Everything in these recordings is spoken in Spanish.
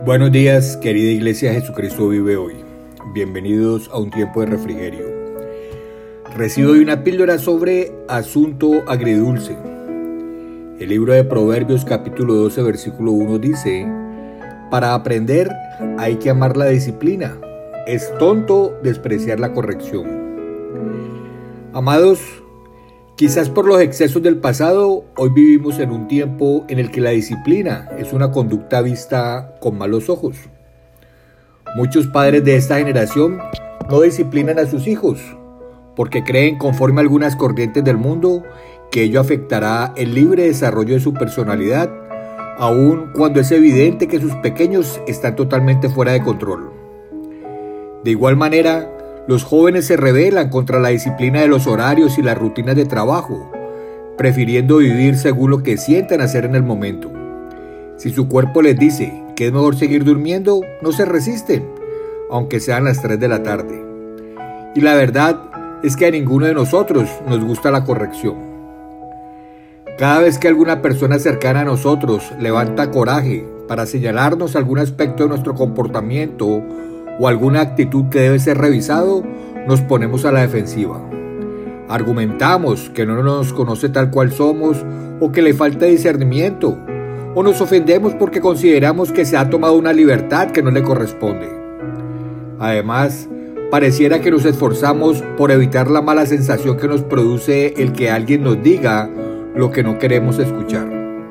Buenos días, querida Iglesia Jesucristo vive hoy. Bienvenidos a un tiempo de refrigerio. Recibo hoy una píldora sobre asunto agridulce. El libro de Proverbios capítulo 12 versículo 1 dice: para aprender hay que amar la disciplina. Es tonto despreciar la corrección. Amados, quizás por los excesos del pasado, hoy vivimos en un tiempo en el que la disciplina es una conducta vista con malos ojos. Muchos padres de esta generación no disciplinan a sus hijos porque creen, conforme a algunas corrientes del mundo, que ello afectará el libre desarrollo de su personalidad, aun cuando es evidente que sus pequeños están totalmente fuera de control. De igual manera, los jóvenes se rebelan contra la disciplina de los horarios y las rutinas de trabajo, prefiriendo vivir según lo que sientan hacer en el momento. Si su cuerpo les dice que es mejor seguir durmiendo, no se resisten, aunque sean las 3 de la tarde. Y la verdad es que a ninguno de nosotros nos gusta la corrección. Cada vez que alguna persona cercana a nosotros levanta coraje para señalarnos algún aspecto de nuestro comportamiento o alguna actitud que debe ser revisado, nos ponemos a la defensiva. Argumentamos que no nos conoce tal cual somos o que le falta discernimiento, o nos ofendemos porque consideramos que se ha tomado una libertad que no le corresponde. Además, pareciera que nos esforzamos por evitar la mala sensación que nos produce el que alguien nos diga lo que no queremos escuchar.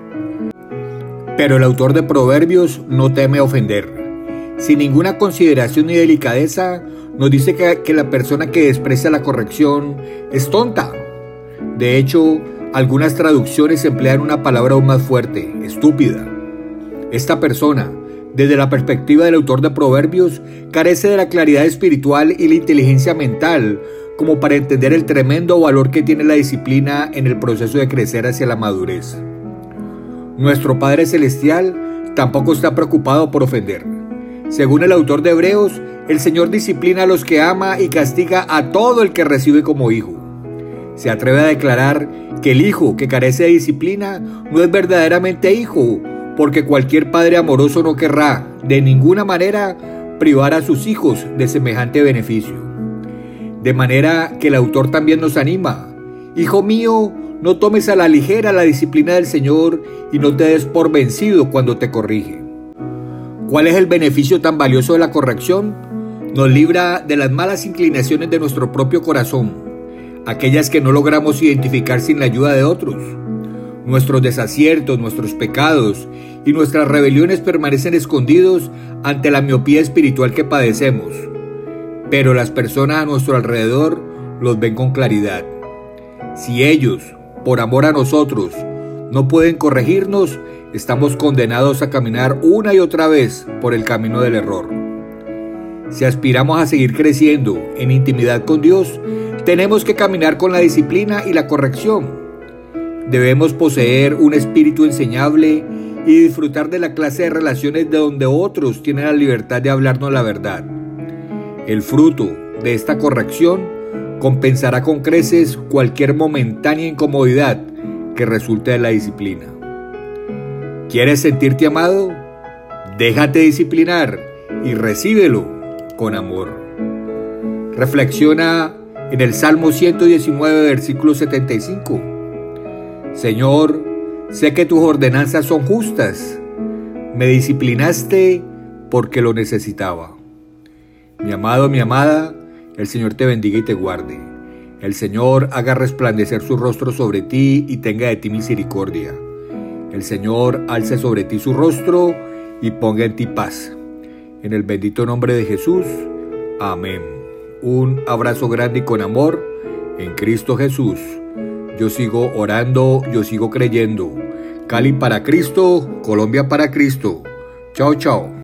Pero el autor de Proverbios no teme ofender. Sin ninguna consideración ni delicadeza, nos dice que la persona que desprecia la corrección es tonta. De hecho, algunas traducciones emplean una palabra aún más fuerte: estúpida. Esta persona, desde la perspectiva del autor de Proverbios, carece de la claridad espiritual y la inteligencia mental como para entender el tremendo valor que tiene la disciplina en el proceso de crecer hacia la madurez. Nuestro Padre Celestial tampoco está preocupado por ofender. Según el autor de Hebreos, el Señor disciplina a los que ama y castiga a todo el que recibe como hijo. Se atreve a declarar que el hijo que carece de disciplina no es verdaderamente hijo, porque cualquier padre amoroso no querrá, de ninguna manera, privar a sus hijos de semejante beneficio. De manera que el autor también nos anima: hijo mío, no tomes a la ligera la disciplina del Señor y no te des por vencido cuando te corrige. ¿Cuál es el beneficio tan valioso de la corrección? Nos libra de las malas inclinaciones de nuestro propio corazón, aquellas que no logramos identificar sin la ayuda de otros. Nuestros desaciertos, nuestros pecados y nuestras rebeliones permanecen escondidos ante la miopía espiritual que padecemos, pero las personas a nuestro alrededor los ven con claridad. Si ellos, por amor a nosotros, no pueden corregirnos, estamos condenados a caminar una y otra vez por el camino del error. Si aspiramos a seguir creciendo en intimidad con Dios, tenemos que caminar con la disciplina y la corrección. Debemos poseer un espíritu enseñable y disfrutar de la clase de relaciones de donde otros tienen la libertad de hablarnos la verdad. El fruto de esta corrección compensará con creces cualquier momentánea incomodidad que resulte de la disciplina. ¿Quieres sentirte amado? Déjate disciplinar y recíbelo con amor. Reflexiona en el Salmo 119, versículo 75. Señor, sé que tus ordenanzas son justas. Me disciplinaste porque lo necesitaba. Mi amado, mi amada, el Señor te bendiga y te guarde. El Señor haga resplandecer su rostro sobre ti y tenga de ti misericordia. El Señor alce sobre ti su rostro y ponga en ti paz. En el bendito nombre de Jesús. Amén. Un abrazo grande y con amor en Cristo Jesús. Yo sigo orando, yo sigo creyendo. Cali para Cristo, Colombia para Cristo. Chao, chao.